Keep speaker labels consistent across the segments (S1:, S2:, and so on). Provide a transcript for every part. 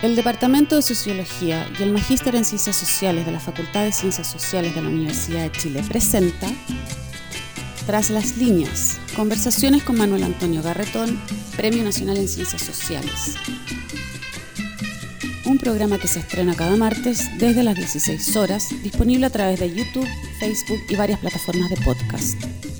S1: El Departamento de Sociología y el Magíster en Ciencias Sociales de la Facultad de Ciencias Sociales de la Universidad de Chile presenta Tras las líneas, conversaciones con Manuel Antonio Garretón, Premio Nacional en Ciencias Sociales. Un programa que se estrena cada martes desde las 16 horas, disponible a través de YouTube, Facebook y varias plataformas de podcast.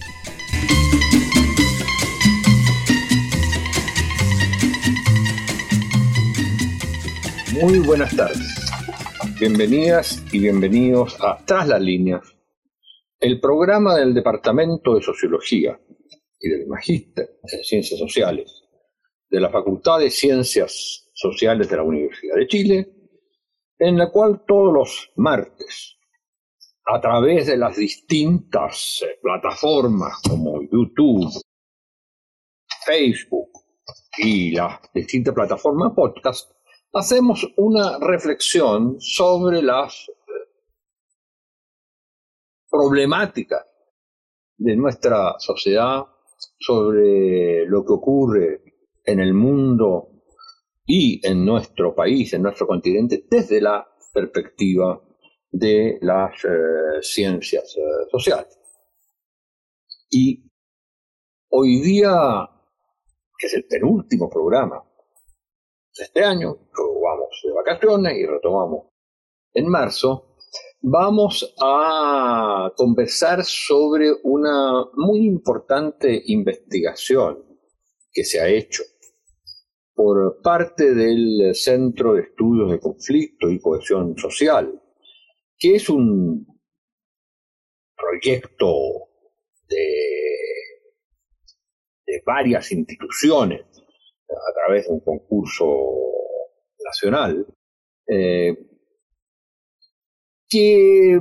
S2: Muy buenas tardes. Bienvenidas y bienvenidos a Tras las líneas, el programa del Departamento de Sociología y del Magíster en Ciencias Sociales de la Facultad de Ciencias Sociales de la Universidad de Chile, en la cual todos los martes, a través de las distintas plataformas como YouTube, Facebook y las distintas plataformas podcast, hacemos una reflexión sobre las problemáticas de nuestra sociedad, sobre lo que ocurre en el mundo y en nuestro país, en nuestro continente, desde la perspectiva de las ciencias sociales. Y hoy día, que es el penúltimo programa de este año, luego vamos de vacaciones y retomamos en marzo, vamos a conversar sobre una muy importante investigación que se ha hecho por parte del Centro de Estudios de Conflicto y Cohesión Social, que es un proyecto de varias instituciones a través de un concurso nacional, que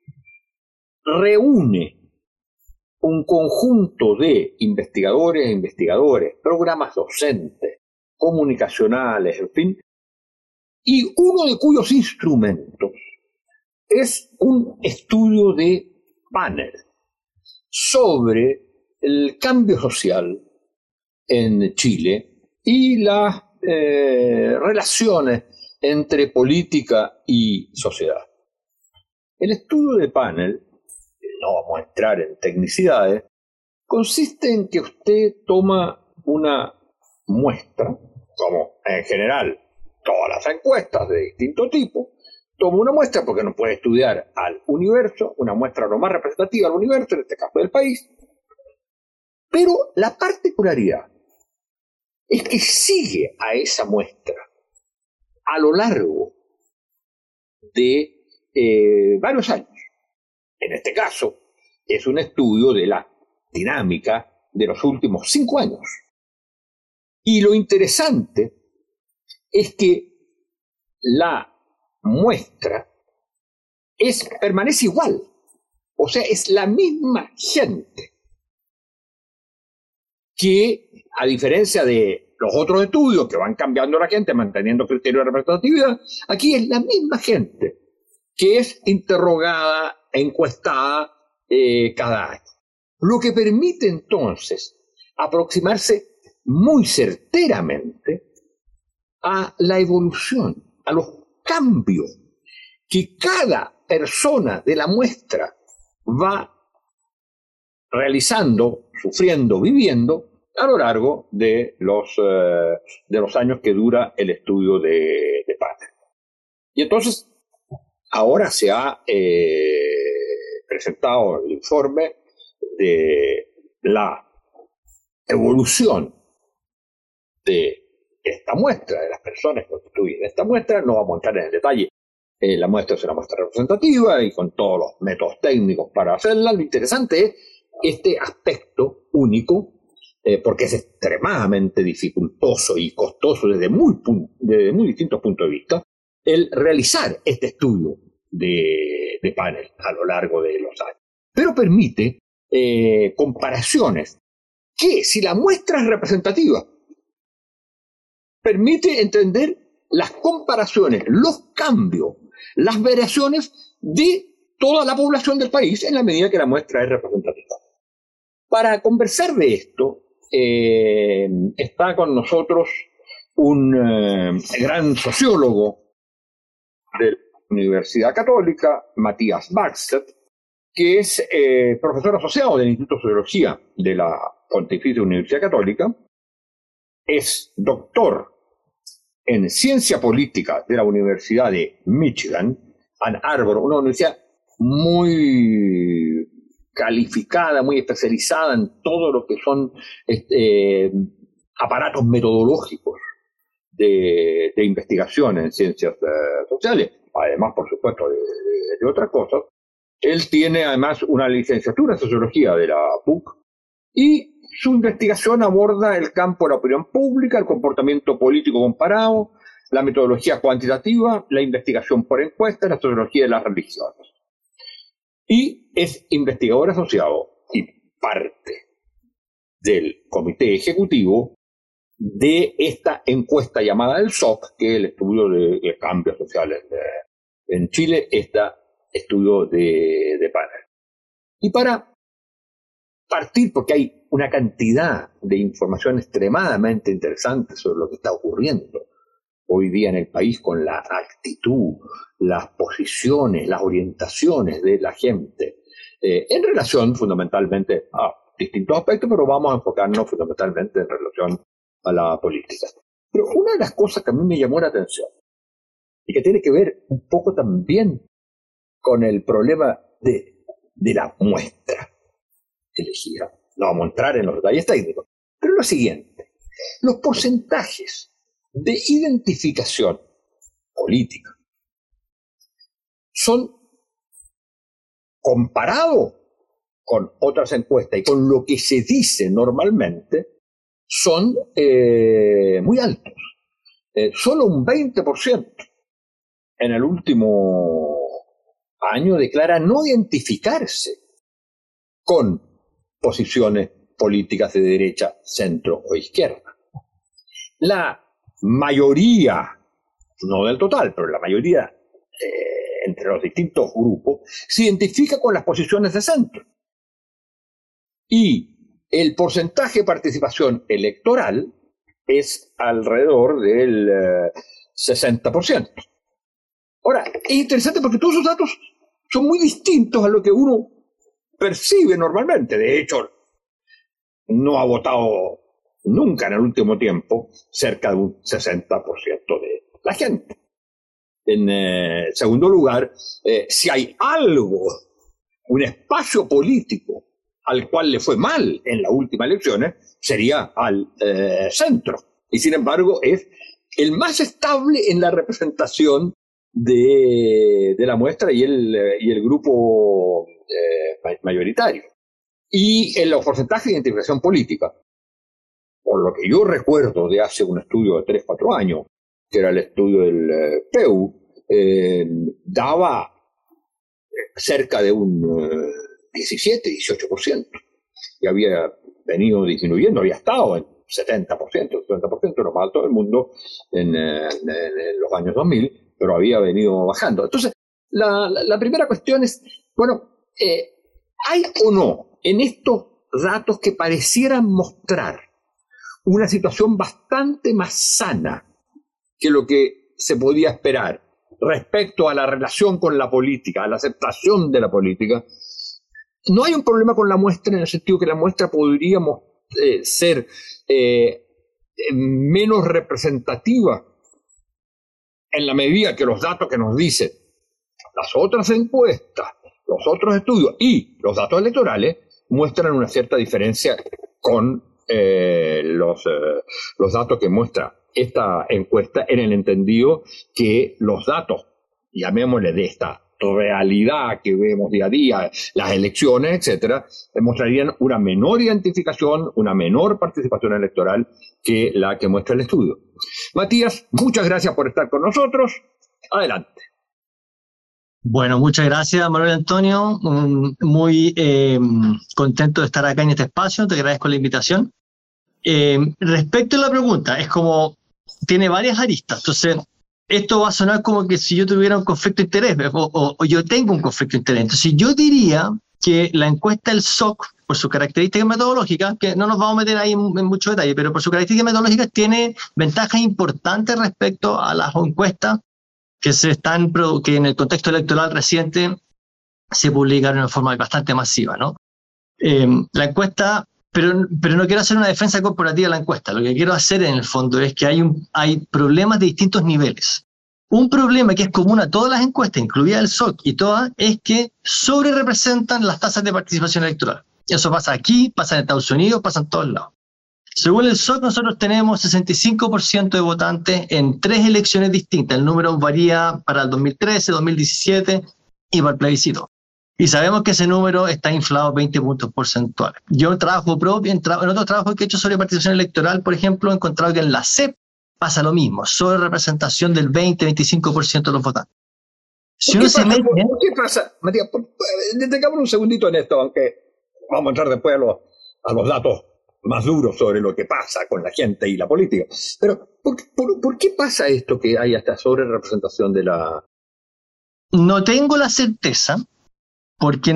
S2: reúne un conjunto de investigadores e investigadores, programas docentes, comunicacionales, en fin, y uno de cuyos instrumentos es un estudio de panel sobre el cambio social en Chile y las relaciones entre política y sociedad. El estudio de panel, no vamos a entrar en tecnicidades, consiste en que usted toma una muestra, como en general todas las encuestas de distinto tipo, toma una muestra porque no puede estudiar al universo, una muestra lo más representativa del universo, en este caso del país, pero la particularidad es que sigue a esa muestra a lo largo de varios años. En este caso, es un estudio de la dinámica de los últimos 5 años. Y lo interesante es que la muestra permanece igual. O sea, es la misma gente que, a diferencia de los otros estudios que van cambiando la gente, manteniendo criterios de representatividad, aquí es la misma gente que es interrogada, encuestada cada año. Lo que permite entonces aproximarse muy certeramente a la evolución, a los cambios que cada persona de la muestra va realizando, sufriendo, viviendo a lo largo de los años que dura el estudio de panel. Y entonces, ahora se ha presentado el informe de la evolución de esta muestra, de las personas que constituyen esta muestra. No vamos a entrar en el detalle. La muestra es una muestra representativa y con todos los métodos técnicos para hacerla. Lo interesante es este aspecto único, porque es extremadamente dificultoso y costoso desde muy distintos puntos de vista, el realizar este estudio de panel a lo largo de los años. Pero permite comparaciones que, si la muestra es representativa, permite entender las comparaciones, los cambios, las variaciones de toda la población del país en la medida que la muestra es representativa. Para conversar de esto, está con nosotros un gran sociólogo de la Universidad Católica, Matías Bäckstedt, que es profesor asociado del Instituto de Sociología de la Pontificia Universidad Católica, es doctor en Ciencia Política de la Universidad de Michigan, Ann Arbor, una universidad muy calificada, muy especializada en todo lo que son aparatos metodológicos de investigación en ciencias sociales, además, por supuesto, de otras cosas. Él tiene además una licenciatura en Sociología de la PUC y su investigación aborda el campo de la opinión pública, el comportamiento político comparado, la metodología cuantitativa, la investigación por encuestas, la sociología de las religiones. Y es investigador asociado y parte del comité ejecutivo de esta encuesta llamada el SOC, que es el estudio de cambios sociales en Chile, este estudio de panel. Y para partir, porque hay una cantidad de información extremadamente interesante sobre lo que está ocurriendo hoy día en el país con la actitud, las posiciones, las orientaciones de la gente, en relación fundamentalmente a distintos aspectos, pero vamos a enfocarnos fundamentalmente en relación a la política. Pero una de las cosas que a mí me llamó la atención y que tiene que ver un poco también con el problema de la muestra elegida. No vamos a entrar en los detalles técnicos, pero lo siguiente: los porcentajes de identificación política son, comparados con otras encuestas y con lo que se dice normalmente, son muy altos. Solo un 20% en el último año declara no identificarse con posiciones políticas de derecha, centro o izquierda. La mayoría, no del total, pero la mayoría entre los distintos grupos, se identifica con las posiciones de centro. Y el porcentaje de participación electoral es alrededor del 60%. Ahora, es interesante porque todos esos datos son muy distintos a lo que uno percibe normalmente. De hecho, no ha votado nunca en el último tiempo cerca de un 60% de la gente. En segundo lugar, si hay algo, un espacio político al cual le fue mal en las últimas elecciones, sería al centro. Y sin embargo, es el más estable en la representación de la muestra y el grupo mayoritario. Y en los porcentajes de identificación política, por lo que yo recuerdo de hace un estudio de 3-4 años, que era el estudio del PEU, daba cerca de un 17-18%, y había venido disminuyendo, había estado en 70%, lo más alto del mundo en los años 2000, pero había venido bajando. Entonces, la primera cuestión es, bueno, ¿hay o no en estos datos que parecieran mostrar una situación bastante más sana que lo que se podía esperar respecto a la relación con la política, a la aceptación de la política? No hay un problema con la muestra en el sentido que la muestra podría ser menos representativa en la medida que los datos que nos dicen las otras encuestas, los otros estudios y los datos electorales muestran una cierta diferencia con los datos que muestra esta encuesta, en el entendido que los datos, llamémosle, de esta realidad que vemos día a día, las elecciones, etcétera, mostrarían una menor identificación, una menor participación electoral que la que muestra el estudio. Matías, muchas gracias por estar con nosotros. Adelante.
S3: Bueno, muchas gracias, Manuel Antonio. Muy contento de estar acá en este espacio. Te agradezco la invitación. Respecto a la pregunta, es como, tiene varias aristas. Entonces, esto va a sonar como que si yo tuviera un conflicto de interés o yo tengo un conflicto de interés. Entonces, yo diría que la encuesta del SOC, por sus características metodológicas, que no nos vamos a meter ahí en mucho detalle, pero por sus características metodológicas tiene ventajas importantes respecto a las encuestas que en el contexto electoral reciente se publicaron en forma bastante masiva, ¿no? La encuesta, pero no quiero hacer una defensa corporativa de la encuesta. Lo que quiero hacer en el fondo es que hay problemas de distintos niveles. Un problema que es común a todas las encuestas, incluida el SOC y todas, es que sobrerepresentan las tasas de participación electoral. Eso pasa aquí, pasa en Estados Unidos, pasa en todos lados. Según el SOC, nosotros tenemos 65% de votantes en 3 elecciones distintas. El número varía para el 2013, 2017 y para el plebiscito. Y sabemos que ese número está inflado 20 puntos porcentuales. Yo trabajo propio, en otros trabajos que he hecho sobre participación electoral, por ejemplo, he encontrado que en la CEP pasa lo mismo, sobre representación del 20-25% de los votantes. Si uno se mete...
S2: ¿Por qué pasa? Matías, detengamos un segundito en esto, aunque vamos a entrar después a los datos más duros sobre lo que pasa con la gente y la política. Pero, ¿por qué pasa esto que hay esta sobre representación de la...?
S3: No tengo la certeza, porque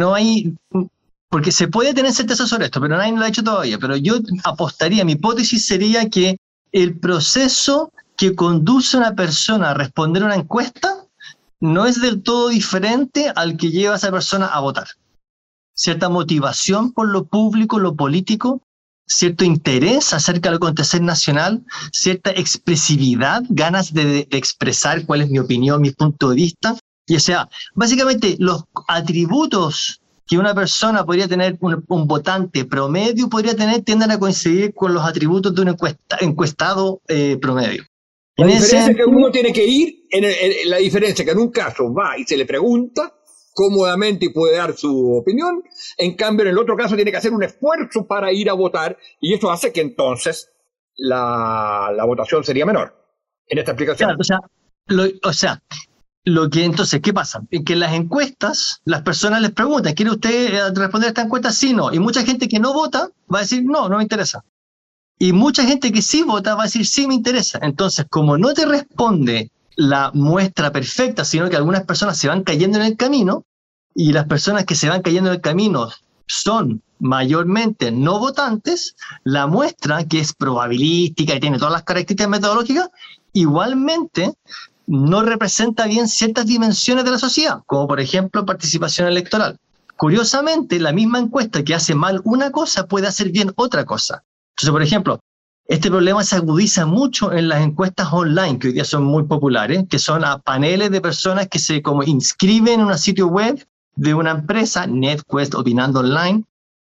S3: se puede tener certeza sobre esto, pero nadie lo ha hecho todavía. Pero yo apostaría, mi hipótesis sería que el proceso que conduce a una persona a responder una encuesta no es del todo diferente al que lleva a esa persona a votar. Cierta motivación por lo público, lo político, cierto interés acerca del acontecer nacional, cierta expresividad, ganas de expresar cuál es mi opinión, mi punto de vista. Y o sea, básicamente los atributos que una persona podría tener, un votante promedio podría tener, tienden a coincidir con los atributos de un encuestado promedio.
S2: La diferencia es que uno tiene que ir, la diferencia es que en un caso va y se le pregunta cómodamente y puede dar su opinión, en cambio en el otro caso tiene que hacer un esfuerzo para ir a votar, y eso hace que entonces la votación sería menor en esta explicación.
S3: Claro, entonces, ¿qué pasa? Que en las encuestas, las personas les preguntan, ¿quiere usted responder a esta encuesta? Sí, no. Y mucha gente que no vota va a decir, no me interesa. Y mucha gente que sí vota va a decir, sí, me interesa. Entonces, como no te responde la muestra perfecta, sino que algunas personas se van cayendo en el camino, y las personas que se van cayendo en el camino son mayormente no votantes, la muestra, que es probabilística y tiene todas las características metodológicas, igualmente no representa bien ciertas dimensiones de la sociedad, como por ejemplo participación electoral. Curiosamente, la misma encuesta que hace mal una cosa puede hacer bien otra cosa. Entonces, por ejemplo, este problema se agudiza mucho en las encuestas online, que hoy día son muy populares, que son a paneles de personas que se como inscriben en un sitio web de una empresa, NetQuest, Opinando Online,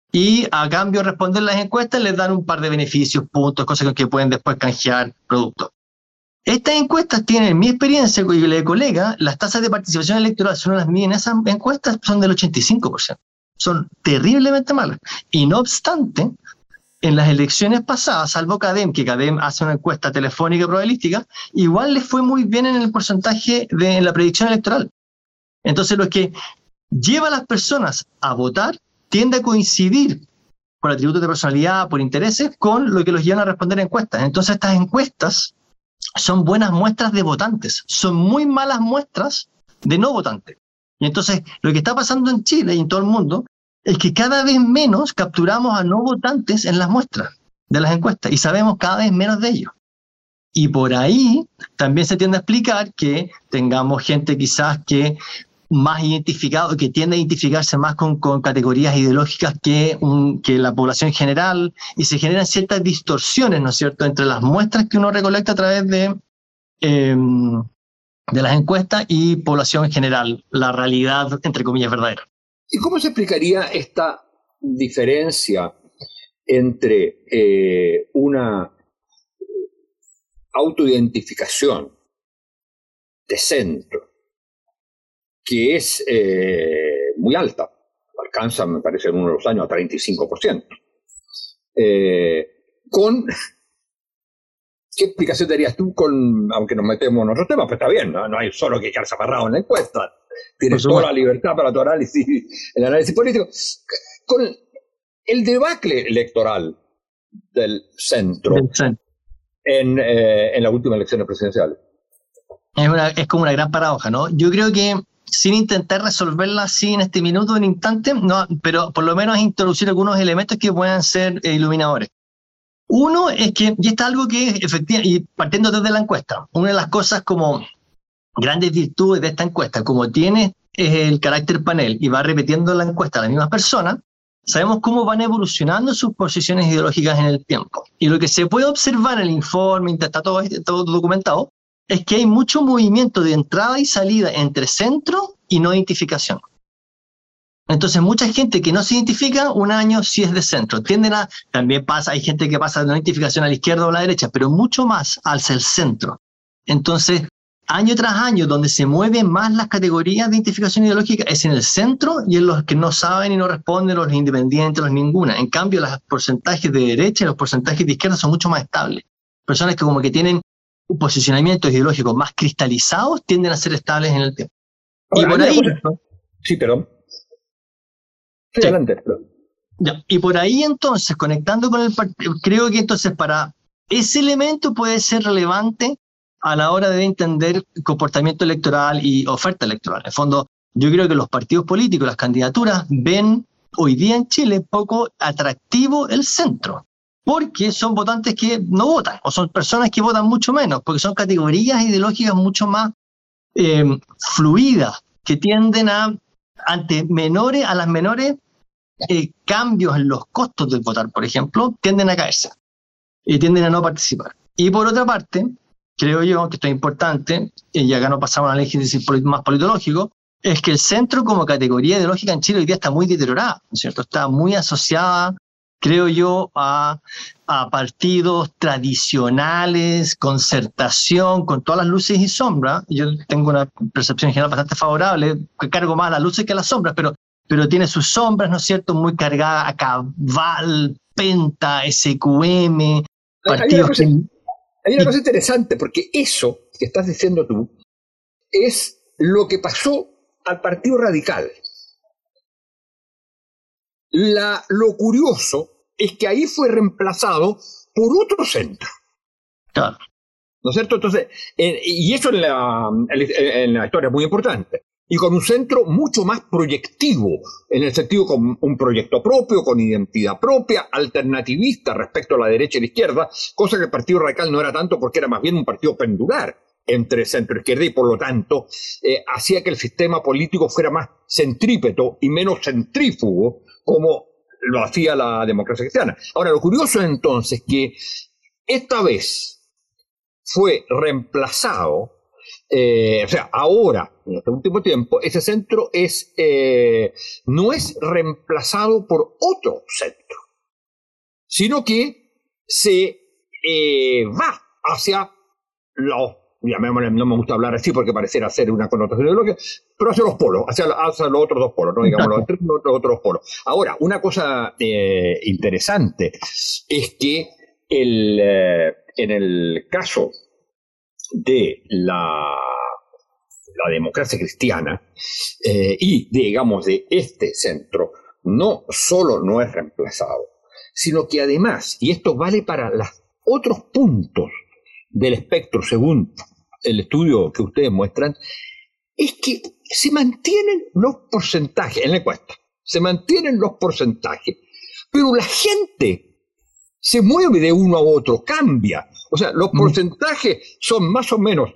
S3: y a cambio de responder las encuestas les dan un par de beneficios, puntos, cosas con que pueden después canjear productos. Estas encuestas tienen, en mi experiencia y la de colega, las tasas de participación electoral, si uno las mide en esas encuestas, son del 85%. Son terriblemente malas. Y no obstante, en las elecciones pasadas, salvo CADEM, que CADEM hace una encuesta telefónica probabilística, igual les fue muy bien en el porcentaje en la predicción electoral. Entonces, lo que lleva a las personas a votar tiende a coincidir por atributos de personalidad, por intereses, con lo que los llevan a responder encuestas. Entonces, estas encuestas son buenas muestras de votantes, son muy malas muestras de no votantes. Y entonces, lo que está pasando en Chile y en todo el mundo es que cada vez menos capturamos a no votantes en las muestras de las encuestas y sabemos cada vez menos de ellos. Y por ahí también se tiende a explicar que tengamos gente quizás que más identificado, que tiende a identificarse más con categorías ideológicas que la población en general, y se generan ciertas distorsiones, ¿no es cierto?, entre las muestras que uno recolecta a través de las encuestas y población en general, la realidad, entre comillas, verdadera.
S2: ¿Y cómo se explicaría esta diferencia entre una autoidentificación de centro, que es muy alta, alcanza, me parece, en uno de los años a 35%, ¿qué explicación darías tú aunque nos metemos en otros temas? Pues está bien, no hay solo que quedarse amarrado en la encuesta, tienes toda la libertad para tu análisis, el análisis político, con el debacle electoral del centro en las últimas elecciones presidenciales.
S3: Es como una gran paradoja, ¿no? Yo creo que sin intentar resolverla así en este minuto, en instante, no, pero por lo menos introducir algunos elementos que puedan ser iluminadores. Uno es que, y esto es algo que efectivamente, y partiendo desde la encuesta, una de las cosas como grandes virtudes de esta encuesta, como tiene el carácter panel y va repitiendo la encuesta a las mismas personas, sabemos cómo van evolucionando sus posiciones ideológicas en el tiempo. Y lo que se puede observar en el informe, está todo documentado, es que hay mucho movimiento de entrada y salida entre centro y no identificación. Entonces, mucha gente que no se identifica, un año sí es de centro. También pasa, hay gente que pasa de no identificación a la izquierda o a la derecha, pero mucho más hacia el centro. Entonces, año tras año, donde se mueven más las categorías de identificación ideológica es en el centro y en los que no saben y no responden, los independientes, los ninguna. En cambio, los porcentajes de derecha y los porcentajes de izquierda son mucho más estables. Personas que como que tienen posicionamientos ideológicos más cristalizados tienden a ser estables en el tiempo.
S2: Ahora,
S3: y por ahí...
S2: Sí, perdón. Sí, adelante.
S3: Ya, y por ahí entonces, conectando con el partido, creo que entonces para ese elemento puede ser relevante a la hora de entender comportamiento electoral y oferta electoral. En el fondo, yo creo que los partidos políticos, las candidaturas, ven hoy día en Chile poco atractivo el centro, porque son votantes que no votan, o son personas que votan mucho menos, porque son categorías ideológicas mucho más fluidas, que tienden a las menores cambios en los costos del votar, por ejemplo, tienden a caerse y tienden a no participar. Y por otra parte, creo yo que esto es importante, y acá no pasamos a un análisis más politológico, es que el centro como categoría ideológica en Chile hoy día está muy deteriorada, ¿no es cierto? Está muy asociada, creo yo, a partidos tradicionales, concertación, con todas las luces y sombras. Yo tengo una percepción en general bastante favorable, que cargo más a las luces que a las sombras, pero tiene sus sombras, ¿no es cierto?, muy cargadas a Cabal, Penta, SQM, partidos...
S2: Hay una cosa interesante, porque eso que estás diciendo tú es lo que pasó al Partido Radical. Lo curioso es que ahí fue reemplazado por otro centro.
S3: Claro.
S2: ¿No es cierto? Entonces, y eso en la historia es muy importante. Y con un centro mucho más proyectivo, en el sentido con un proyecto propio, con identidad propia, alternativista respecto a la derecha y la izquierda, cosa que el Partido Radical no era tanto porque era más bien un partido pendular entre centro e izquierda y por lo tanto hacía que el sistema político fuera más centrípeto y menos centrífugo como lo hacía la democracia cristiana. Ahora, lo curioso es entonces que esta vez fue reemplazado, o sea, ahora, en este último tiempo, ese centro no es reemplazado por otro centro, sino que se va hacia los, no me gusta hablar así porque pareciera ser una connotación ideológica, pero hacia los polos, hacia los otros dos polos, ¿no? Digamos, los otros polos. Ahora, una cosa interesante es que en el caso de la democracia cristiana y, digamos, de este centro, no solo no es reemplazado, sino que además, y esto vale para los otros puntos del espectro según el estudio que ustedes muestran, es que se mantienen los porcentajes, en la encuesta, se mantienen los porcentajes, pero la gente se mueve de uno a otro, cambia. O sea, los porcentajes son más o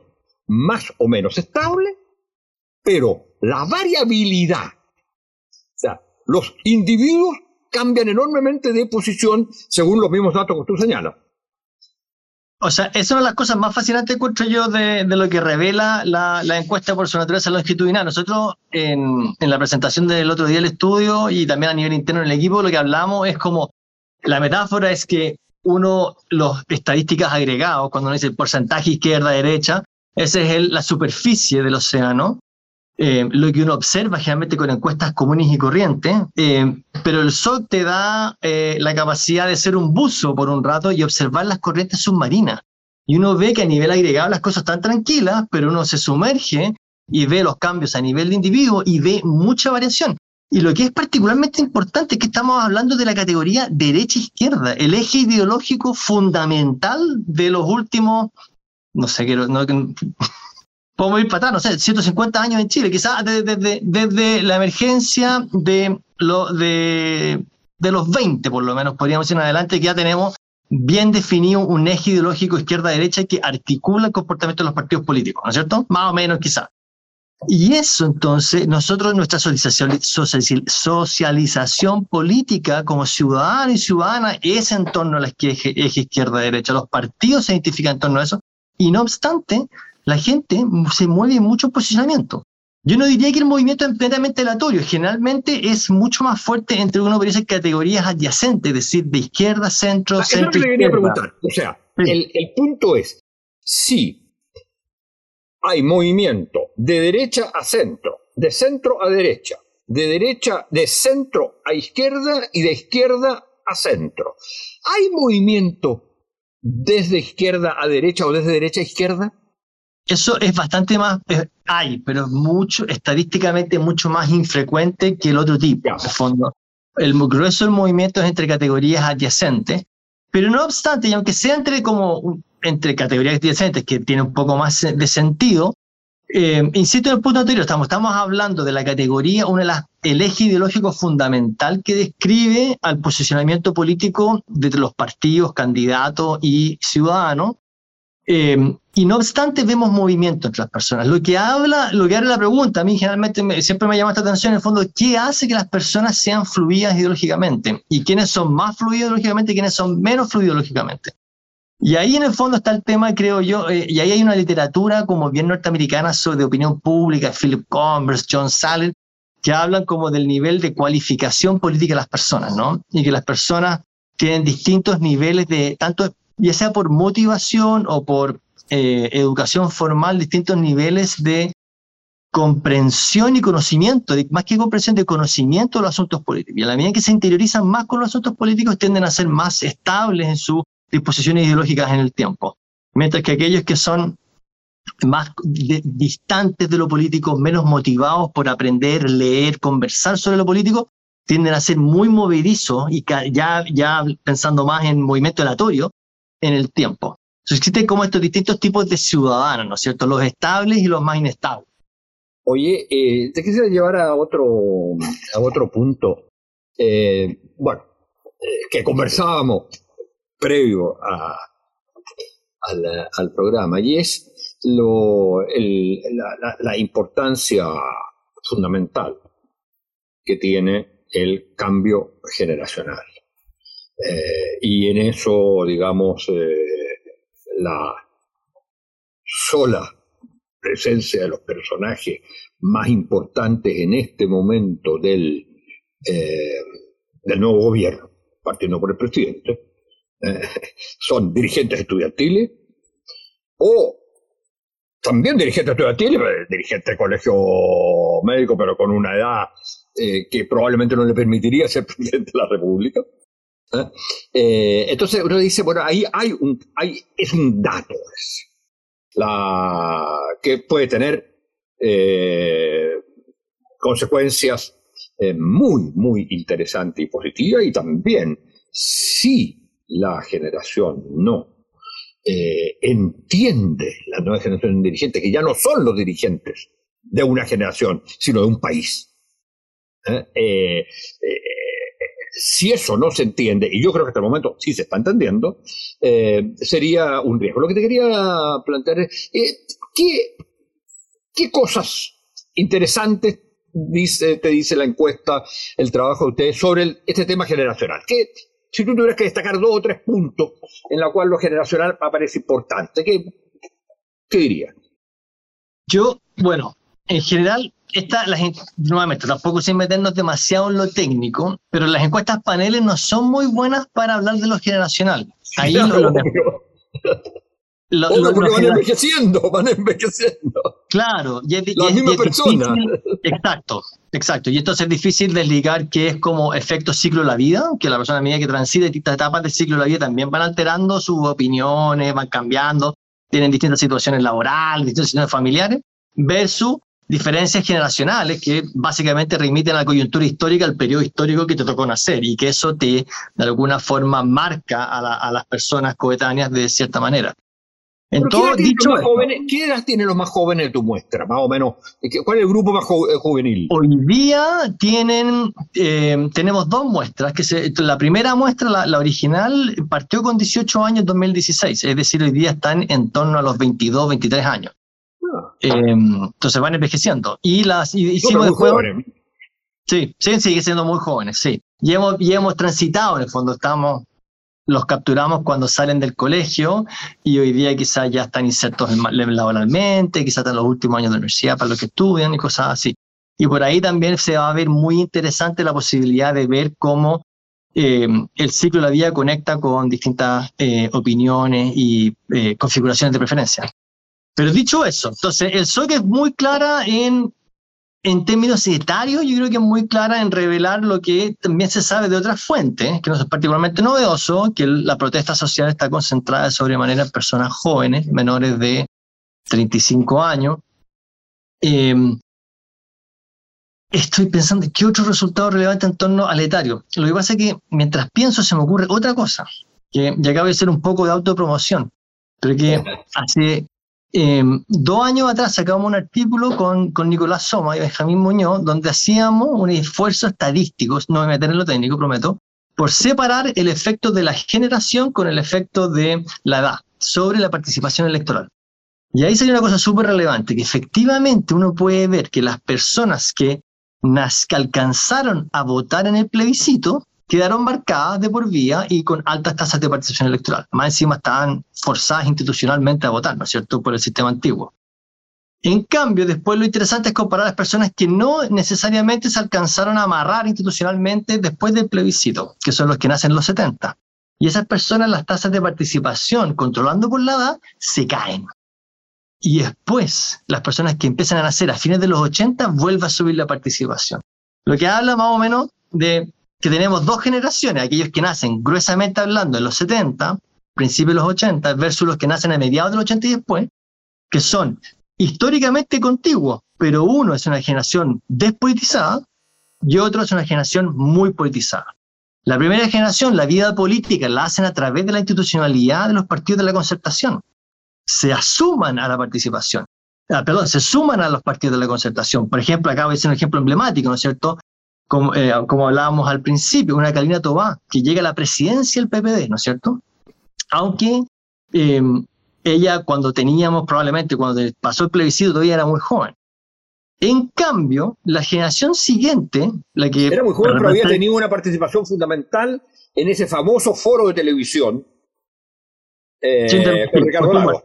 S2: menos estables, pero la variabilidad, o sea, los individuos cambian enormemente de posición según los mismos datos que tú señalas.
S3: O sea, esa es una de las cosas más fascinantes, encuentro yo, de lo que revela la encuesta por su naturaleza longitudinal. Nosotros, en la presentación del otro día del estudio y también a nivel interno en el equipo, lo que hablamos es como, la metáfora es que los estadísticas agregados, cuando uno dice el porcentaje izquierda-derecha, esa es la superficie del océano, lo que uno observa generalmente con encuestas comunes y corrientes, pero el sol te da la capacidad de ser un buzo por un rato y observar las corrientes submarinas. Y uno ve que a nivel agregado las cosas están tranquilas, pero uno se sumerge y ve los cambios a nivel de individuo y ve mucha variación. Y lo que es particularmente importante es que estamos hablando de la categoría derecha-izquierda, el eje ideológico fundamental de los últimos, no sé, podemos ir para atrás, no sé, 150 años en Chile, quizás desde la emergencia de los 20, por lo menos, podríamos decir en adelante, que ya tenemos bien definido un eje ideológico izquierda-derecha que articula el comportamiento de los partidos políticos, ¿no es cierto? Más o menos, quizás. Y eso, entonces, nosotros, nuestra socialización política como ciudadano y ciudadana es en torno al eje izquierda-derecha. Los partidos se identifican en torno a eso, y no obstante, la gente se mueve en muchos posicionamientos. Yo no diría que el movimiento es completamente aleatorio, generalmente es mucho más fuerte entre uno de esas categorías adyacentes, es decir, de izquierda, centro,
S2: centro,
S3: izquierda.
S2: Eso le quería preguntar. O sea, sí. el punto es, si hay movimiento de derecha a centro a derecha, de centro a izquierda y de izquierda a centro, ¿hay movimiento desde izquierda a derecha o desde derecha a izquierda?
S3: Eso es bastante más, pero es estadísticamente mucho más infrecuente que el otro tipo. En el fondo, el grueso del movimiento es entre categorías adyacentes, pero no obstante, y aunque sea entre categorías adyacentes, que tiene un poco más de sentido, insisto en el punto anterior, estamos hablando de la categoría, el eje ideológico fundamental que describe al posicionamiento político de los partidos, candidatos y ciudadanos. Y no obstante vemos movimiento entre las personas. Lo que abre la pregunta, a mí generalmente siempre me llama esta atención en el fondo, ¿qué hace que las personas sean fluidas ideológicamente? ¿Y quiénes son más fluidos ideológicamente y quiénes son menos fluidos ideológicamente? Y ahí en el fondo está el tema, creo yo, y ahí hay una literatura como bien norteamericana de opinión pública, Philip Converse, John Sallert, que hablan como del nivel de cualificación política de las personas, ¿no? Y que las personas tienen distintos niveles de, tanto ya sea por motivación o por educación formal, distintos niveles de comprensión y conocimiento, más que comprensión, de conocimiento de los asuntos políticos. Y a la medida que se interiorizan más con los asuntos políticos, tienden a ser más estables en sus disposiciones ideológicas en el tiempo. Mientras que aquellos que son más distantes de lo político, menos motivados por aprender, leer, conversar sobre lo político, tienden a ser muy movedizos y ya pensando más en movimiento aleatorio en el tiempo. Entonces existen como estos distintos tipos de ciudadanos, ¿no es cierto? Los estables y los más inestables.
S2: Oye, te quisiera llevar a otro punto. Que conversábamos previo al programa, y es la importancia fundamental que tiene el cambio generacional. Y en eso, digamos, la sola presencia de los personajes más importantes en este momento del nuevo gobierno, partiendo por el presidente, son dirigentes estudiantiles o también dirigentes estudiantiles, dirigentes de colegio médico, pero con una edad que probablemente no le permitiría ser presidente de la República. Entonces uno dice, bueno, ahí es un dato que puede tener consecuencias muy, muy interesantes y positivas, y también si la generación no entiende, la nueva generación de dirigentes, que ya no son los dirigentes de una generación, sino de un país. Si eso no se entiende, y yo creo que hasta el momento sí se está entendiendo, sería un riesgo. Lo que te quería plantear es, ¿qué cosas interesantes te dice la encuesta, el trabajo de ustedes sobre este tema generacional? Si tú tuvieras que destacar 2 o 3 puntos en la cual lo generacional aparece importante, ¿qué dirías?
S3: En general, nuevamente, tampoco sin meternos demasiado en lo técnico, pero las encuestas paneles no son muy buenas para hablar de lo generacional. Ahí
S2: porque van envejeciendo.
S3: Claro,
S2: las mismas personas.
S3: Exacto. Y entonces es difícil desligar que es como efecto ciclo de la vida, que la persona a medida que transita distintas etapas del ciclo de la vida también van alterando sus opiniones, van cambiando, tienen distintas situaciones laborales, distintas situaciones familiares, versus diferencias generacionales que básicamente remiten a la coyuntura histórica, al periodo histórico que te tocó nacer, y que eso de alguna forma marca a las personas coetáneas de cierta manera. En todo, dicho
S2: ¿qué edad tienen los más jóvenes de tu muestra? Más o menos. ¿Cuál es el grupo más juvenil?
S3: Hoy día tenemos dos muestras. La primera muestra, la original, partió con 18 años en 2016. Es decir, hoy día están en torno a los 22, 23 años. Entonces van envejeciendo. Y hicimos después. Sí, sigue siendo muy jóvenes, sí. Y hemos transitado, en el fondo, los capturamos cuando salen del colegio y hoy día quizás ya están insertos laboralmente, quizás están en los últimos años de universidad para los que estudian y cosas así. Y por ahí también se va a ver muy interesante la posibilidad de ver cómo el ciclo de la vida conecta con distintas opiniones y configuraciones de preferencia. Pero dicho eso, entonces el SOC es muy clara en términos etarios, yo creo que es muy clara en revelar lo que también se sabe de otras fuentes, que no es particularmente novedoso, que la protesta social está concentrada de sobremanera en personas jóvenes, menores de 35 años. Estoy pensando, ¿qué otro resultado relevante en torno al etario? Lo que pasa es que mientras pienso se me ocurre otra cosa, que ya acaba de ser un poco de autopromoción, pero que hace 2 años atrás sacamos un artículo con Nicolás Soma y Benjamín Muñoz, donde hacíamos un esfuerzo estadístico, no me voy a meter en lo técnico, prometo, por separar el efecto de la generación con el efecto de la edad sobre la participación electoral. Y ahí salió una cosa súper relevante, que efectivamente uno puede ver que las personas que alcanzaron a votar en el plebiscito quedaron marcadas de por vida y con altas tasas de participación electoral. Más encima estaban forzadas institucionalmente a votar, ¿no es cierto?, por el sistema antiguo. En cambio, después lo interesante es comparar a las personas que no necesariamente se alcanzaron a amarrar institucionalmente después del plebiscito, que son los que nacen en los 70. Y esas personas, las tasas de participación, controlando por la edad, se caen. Y después, las personas que empiezan a nacer a fines de los 80, vuelve a subir la participación. Lo que habla más o menos de que tenemos dos generaciones, aquellos que nacen gruesamente hablando en los 70, principios de los 80, versus los que nacen a mediados de los 80 y después, que son históricamente contiguos, pero uno es una generación despolitizada y otro es una generación muy politizada. La primera generación, la vida política la hacen a través de la institucionalidad de los partidos de la Concertación. Se suman a la participación. Se suman a los partidos de la Concertación. Por ejemplo, acá voy a decir un ejemplo emblemático, ¿no es cierto?, como hablábamos al principio, una Carolina Tobá, que llega a la presidencia del PPD, ¿no es cierto? Aunque ella, cuando pasó el plebiscito, todavía era muy joven. En cambio, la generación siguiente, la que...
S2: Era muy joven, pero había tenido una participación fundamental en ese famoso foro de televisión con Ricardo Lagos,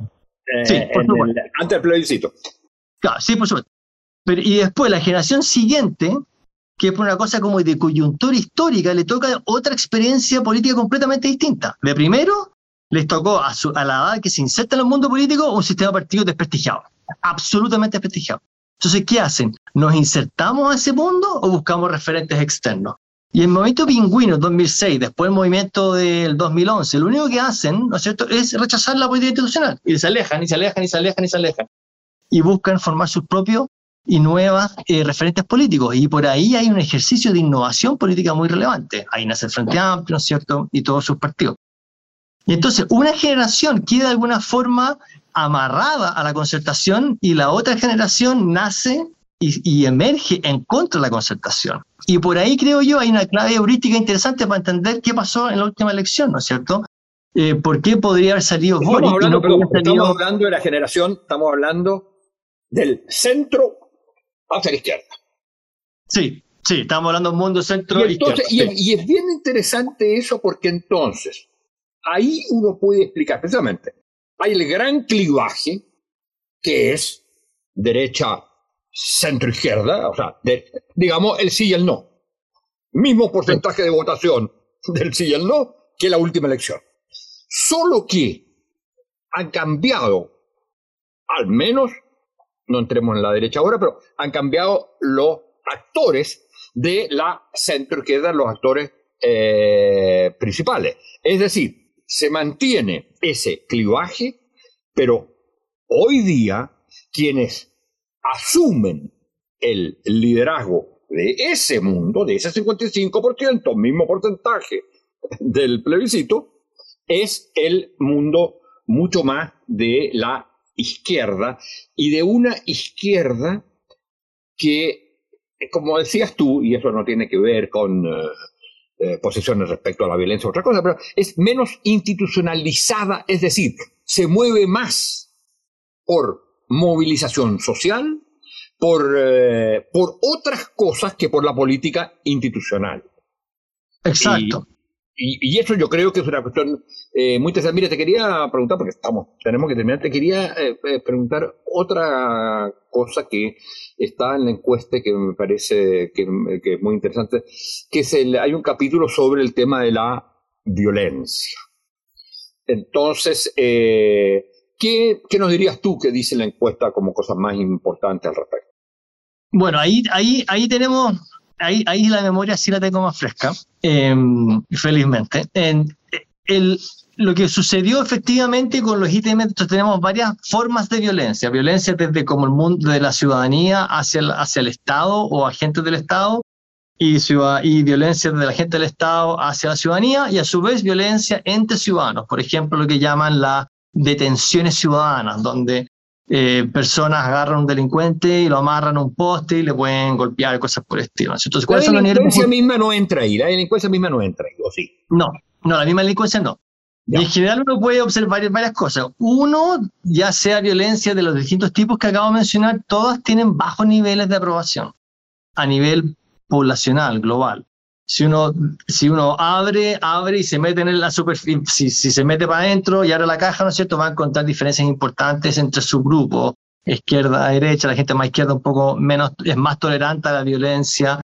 S2: antes del plebiscito.
S3: Claro, sí, por supuesto. Y después, la generación siguiente, que es por una cosa como de coyuntura histórica, le toca otra experiencia política completamente distinta. De primero, les tocó a la edad que se inserta en el mundo político un sistema de partidos desprestigiado, absolutamente desprestigiado. Entonces, ¿qué hacen? ¿Nos insertamos a ese mundo o buscamos referentes externos? Y el movimiento Pingüino 2006, después el movimiento del 2011, lo único que hacen, ¿no es cierto?, es rechazar la política institucional. Y se alejan, y se alejan, y se alejan, y se alejan. Y buscan formar sus propios y nuevas referentes políticos. Y por ahí hay un ejercicio de innovación política muy relevante. Ahí nace el Frente Amplio, ¿no es cierto?, y todos sus partidos. Y entonces, una generación queda de alguna forma amarrada a la Concertación y la otra generación nace y emerge en contra de la Concertación. Y por ahí, creo yo, hay una clave heurística interesante para entender qué pasó en la última elección, ¿no es cierto? ¿Por qué podría haber salido Boric?
S2: Estamos hablando de la generación, estamos hablando del centro hacia la izquierda.
S3: Sí, estamos hablando de un mundo centro-izquierda.
S2: Y es bien interesante eso, porque entonces ahí uno puede explicar precisamente, hay el gran clivaje que es derecha centro-izquierda, o sea, digamos el sí y el no. Mismo porcentaje de votación del sí y el no que la última elección. Solo que han cambiado, al menos, no entremos en la derecha ahora, pero han cambiado los actores de la centro-izquierda, los actores principales. Es decir, se mantiene ese clivaje, pero hoy día quienes asumen el liderazgo de ese mundo, de ese 55%, mismo porcentaje del plebiscito, es el mundo mucho más de la izquierda, y de una izquierda que, como decías tú, y eso no tiene que ver con posiciones respecto a la violencia o otra cosa, pero es menos institucionalizada, es decir, se mueve más por movilización social, por otras cosas que por la política institucional.
S3: Exacto.
S2: Y eso yo creo que es una cuestión muy interesante. Mira, te quería preguntar, porque tenemos que terminar, te quería preguntar otra cosa que está en la encuesta que me parece que es muy interesante, que es hay un capítulo sobre el tema de la violencia. Entonces, ¿qué nos dirías tú que dice la encuesta como cosas más importantes al respecto?
S3: Bueno, ahí tenemos, ahí la memoria sí la tengo más fresca, felizmente. Lo que sucedió efectivamente con los ítems, entonces tenemos varias formas de violencia. Violencia desde como el mundo de la ciudadanía hacia el Estado o agentes del Estado, y violencia desde la gente del Estado hacia la ciudadanía, y a su vez violencia entre ciudadanos. Por ejemplo, lo que llaman las detenciones ciudadanas, donde personas agarran a un delincuente y lo amarran a un poste y le pueden golpear, cosas por el estilo. Entonces,
S2: la delincuencia misma no entra ahí, ¿o sí?
S3: No, la misma delincuencia no. Ya. Y en general uno puede observar varias cosas. Uno, ya sea violencia de los distintos tipos que acabo de mencionar, todas tienen bajos niveles de aprobación a nivel poblacional, global. Si uno abre y se mete en la superficie, si se mete para adentro y abre la caja, ¿no es cierto?, va a encontrar diferencias importantes entre subgrupos, izquierda, derecha. La gente más izquierda un poco menos, es más tolerante a la violencia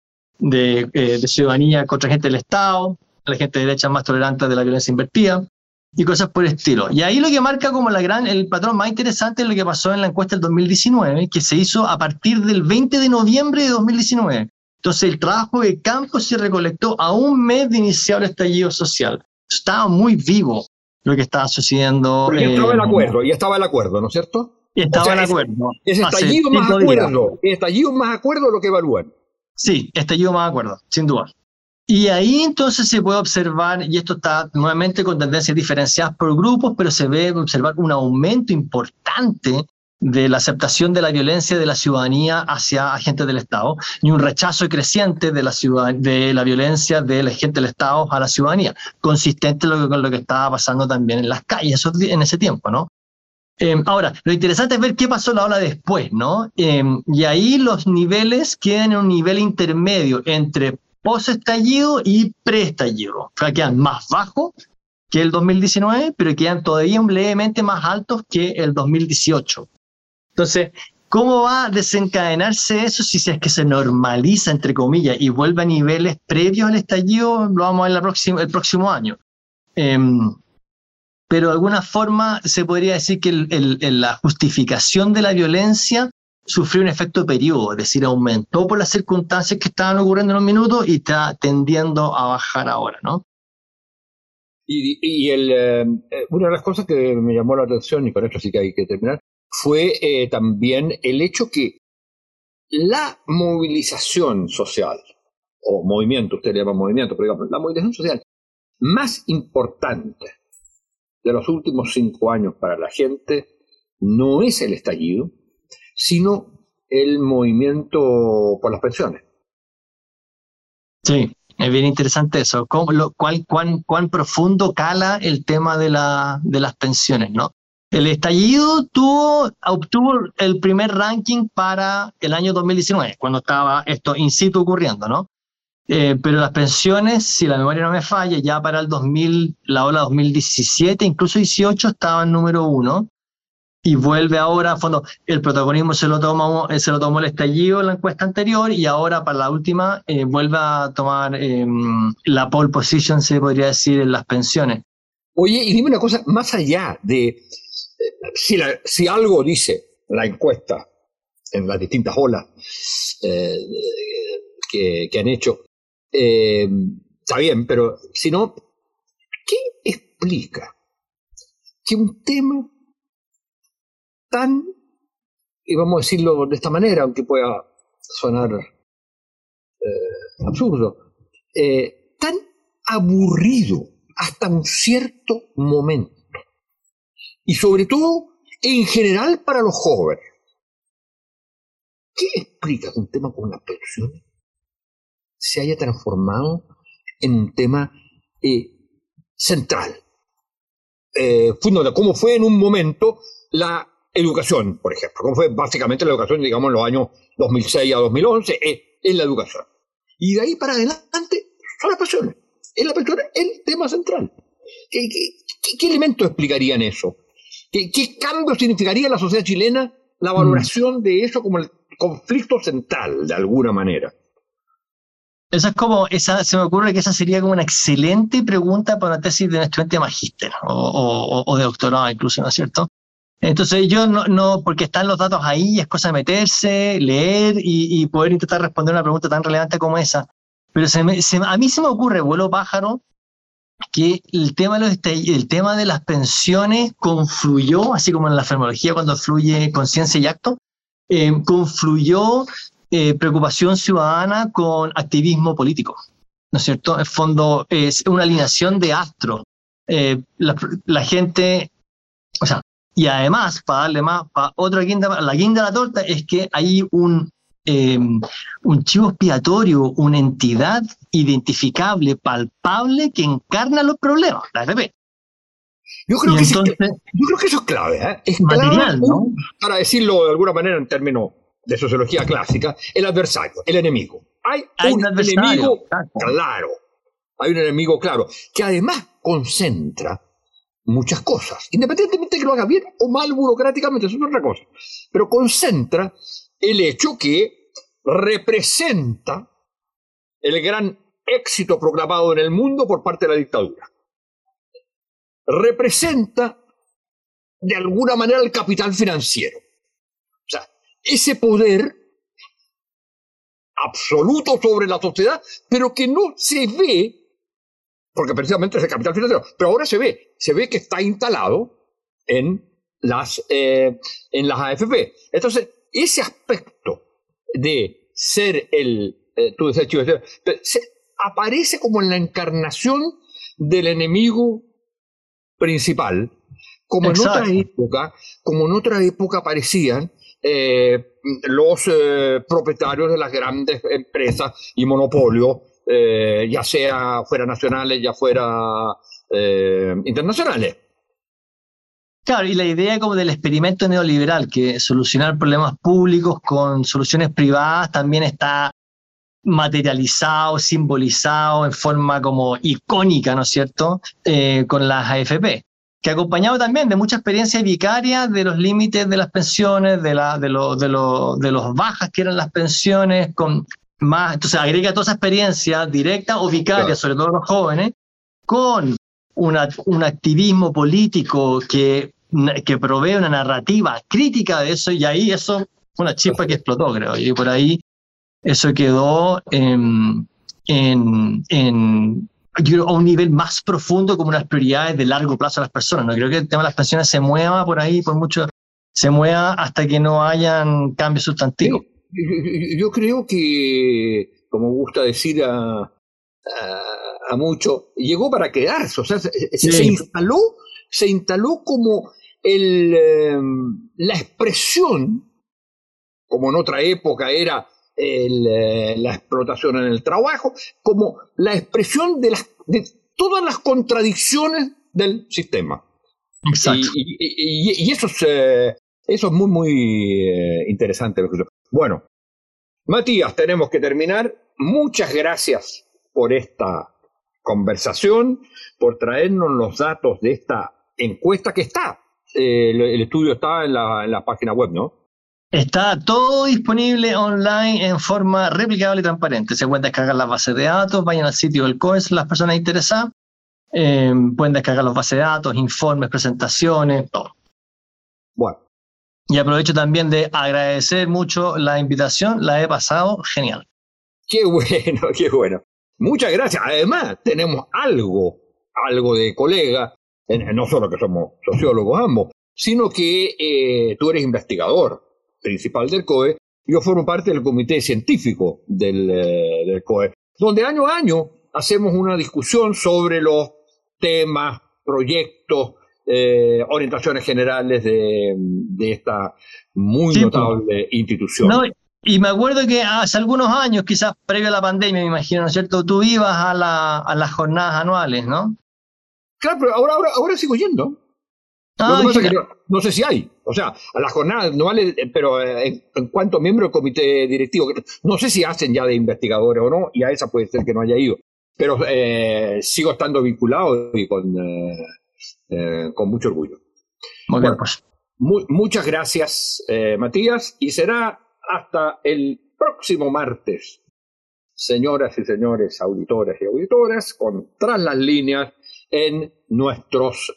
S3: de ciudadanía contra gente del Estado, la gente de derecha es más tolerante de la violencia invertida, y cosas por el estilo. Y ahí lo que marca como el patrón más interesante es lo que pasó en la encuesta del 2019, que se hizo a partir del 20 de noviembre de 2019. Entonces el trabajo de campo se recolectó a un mes de iniciar el estallido social. Estaba muy vivo lo que estaba sucediendo.
S2: Pero ya estaba el acuerdo, ¿no es cierto?
S3: Estaba el acuerdo.
S2: Es estallido más acuerdo. Estallido más acuerdo lo que evalúan.
S3: Sí, estallido más acuerdo, sin duda. Y ahí entonces se puede observar, y esto está nuevamente con tendencias diferenciadas por grupos, pero se ve observar un aumento importante de la aceptación de la violencia de la ciudadanía hacia agentes del Estado, y un rechazo creciente de la violencia de la gente del Estado a la ciudadanía, consistente con lo que estaba pasando también en las calles en ese tiempo, ¿no? Ahora, lo interesante es ver qué pasó la ola después, ¿no? Y ahí los niveles quedan en un nivel intermedio entre post-estallido y pre-estallido. O sea, quedan más bajos que el 2019, pero quedan todavía levemente más altos que el 2018. Entonces, ¿cómo va a desencadenarse eso si es que se normaliza, entre comillas, y vuelve a niveles previos al estallido? Lo vamos a ver el próximo año. Pero de alguna forma se podría decir que la justificación de la violencia sufrió un efecto periodo, es decir, aumentó por las circunstancias que estaban ocurriendo en un minuto y está tendiendo a bajar ahora, ¿no?
S2: Y una de las cosas que me llamó la atención, y con esto sí que hay que terminar, fue también el hecho que la movilización social, o movimiento, usted le llama movimiento, pero digamos, la movilización social más importante de los últimos 5 años para la gente no es el estallido, sino el movimiento por las pensiones.
S3: Sí, es bien interesante eso. ¿Cuán profundo cala el tema de las pensiones, ¿no? El estallido obtuvo el primer ranking para el año 2019, cuando estaba esto in situ ocurriendo, ¿no? Pero las pensiones, si la memoria no me falla, ya para la ola 2017, incluso 18, estaba en número 1. Y vuelve ahora, a fondo, el protagonismo se lo tomó el estallido en la encuesta anterior, y ahora para la última vuelve a tomar la pole position, se podría decir, en las pensiones.
S2: Oye, y dime una cosa, más allá de si algo dice la encuesta en las distintas olas que han hecho, está bien, pero si no, ¿qué explica que un tema tan, y vamos a decirlo de esta manera, aunque pueda sonar absurdo, tan aburrido hasta un cierto momento, y sobre todo en general para los jóvenes. ¿Qué explica que un tema como las pensiones se haya transformado en un tema central? Fundamental, como fue en un momento la educación, por ejemplo, como fue básicamente la educación, digamos, en los años 2006 a 2011, es la educación. Y de ahí para adelante son las pensiones. Es la pensión el tema central. ¿Qué elementos explicarían eso? ¿Qué cambio significaría en la sociedad chilena la valoración de eso como el conflicto central, de alguna manera?
S3: Se me ocurre que esa sería como una excelente pregunta para una tesis de un estudiante de magíster o de doctorado incluso, ¿no es cierto? Entonces yo no, porque están los datos ahí, es cosa de meterse, leer y poder intentar responder una pregunta tan relevante como esa. Pero a mí se me ocurre, vuelo pájaro, que el tema de las pensiones confluyó, así como en la fenomenología cuando fluye conciencia y acto, confluyó preocupación ciudadana con activismo político, ¿no es cierto? En el fondo es una alineación de astros. La gente, o sea, y además, para darle más, la guinda de la torta es que hay un chivo expiatorio, una entidad identificable, palpable, que encarna los problemas, la AFP.
S2: Yo creo que eso es clave, ¿eh? Es
S3: material,
S2: clave,
S3: ¿no?
S2: Para decirlo de alguna manera en términos de sociología clásica, el adversario, el enemigo. Hay un enemigo claro. Hay un enemigo claro, que además concentra muchas cosas, independientemente de que lo haga bien o mal burocráticamente, eso es otra cosa. Pero concentra el hecho que representa el gran éxito proclamado en el mundo por parte de la dictadura. Representa de alguna manera el capital financiero. O sea, ese poder absoluto sobre la sociedad, pero que no se ve, porque precisamente es el capital financiero, pero ahora se ve que está instalado en las AFP. Entonces, ese aspecto de ser tú decías, Chivo, aparece como en la encarnación del enemigo principal, como en otra época aparecían los propietarios de las grandes empresas y monopolios, ya sea fuera nacionales, ya fuera internacionales.
S3: Claro, y la idea como del experimento neoliberal, que solucionar problemas públicos con soluciones privadas también está materializado, simbolizado en forma como icónica, ¿no es cierto?, con las AFP, que acompañado también de mucha experiencia vicaria de los límites de las pensiones, de los bajas que eran las pensiones, entonces agrega toda esa experiencia directa o vicaria, claro, sobre todo los jóvenes, con un activismo político que provee una narrativa crítica de eso, y ahí eso fue una chispa que explotó, creo, y por ahí eso quedó yo creo, a un nivel más profundo como unas prioridades de largo plazo a las personas. No creo que el tema de las pensiones se mueva por ahí, se mueva hasta que no hayan cambios sustantivos.
S2: Sí, yo creo que, como gusta decir a muchos, llegó para quedarse. O sea, se instaló como la expresión, como en otra época era la explotación en el trabajo, como la expresión de todas las contradicciones del sistema.
S3: Exacto.
S2: Y eso es muy, muy interesante. Bueno, Matías, tenemos que terminar. Muchas gracias por esta conversación, por traernos los datos de esta encuesta que está. El estudio está en la página web, ¿no?
S3: Está todo disponible online en forma replicable y transparente. Se pueden descargar las bases de datos, vayan al sitio del COES, las personas interesadas, pueden descargar las bases de datos, informes, presentaciones, todo.
S2: Bueno.
S3: Y aprovecho también de agradecer mucho la invitación, la he pasado genial.
S2: Qué bueno, qué bueno. Muchas gracias. Además, tenemos algo de colega, no solo que somos sociólogos ambos, sino que tú eres investigador principal del COE. Yo formo parte del comité científico del COE, donde año a año hacemos una discusión sobre los temas, proyectos orientaciones generales de esta muy notable institución.
S3: No, y me acuerdo que hace algunos años, quizás previo a la pandemia, me imagino, ¿no es cierto? Tú ibas a las jornadas anuales, ¿no?
S2: Claro, pero ahora sigo yendo. Lo que pasa es que no sé si hay. O sea, a las jornadas anuales, pero en cuanto miembro del comité directivo, no sé si hacen ya de investigadores o no, y a esa puede ser que no haya ido. Pero sigo estando vinculado y con mucho orgullo.
S3: Bueno, pues.
S2: Muchas gracias, Matías, y será hasta el próximo martes, señoras y señores auditores y auditoras, con Tras las Líneas en nuestros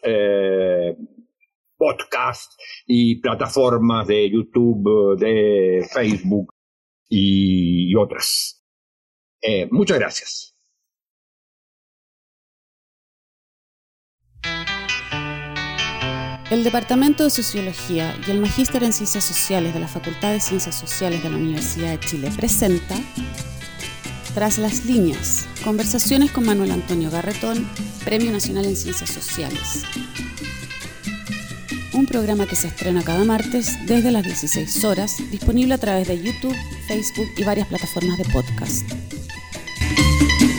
S2: podcasts y plataformas de YouTube, de Facebook y otras. Muchas gracias.
S1: El Departamento de Sociología y el Magíster en Ciencias Sociales de la Facultad de Ciencias Sociales de la Universidad de Chile presenta Tras las Líneas, conversaciones con Manuel Antonio Garretón, Premio Nacional en Ciencias Sociales. Un programa que se estrena cada martes desde las 16 horas, disponible a través de YouTube, Facebook y varias plataformas de podcast.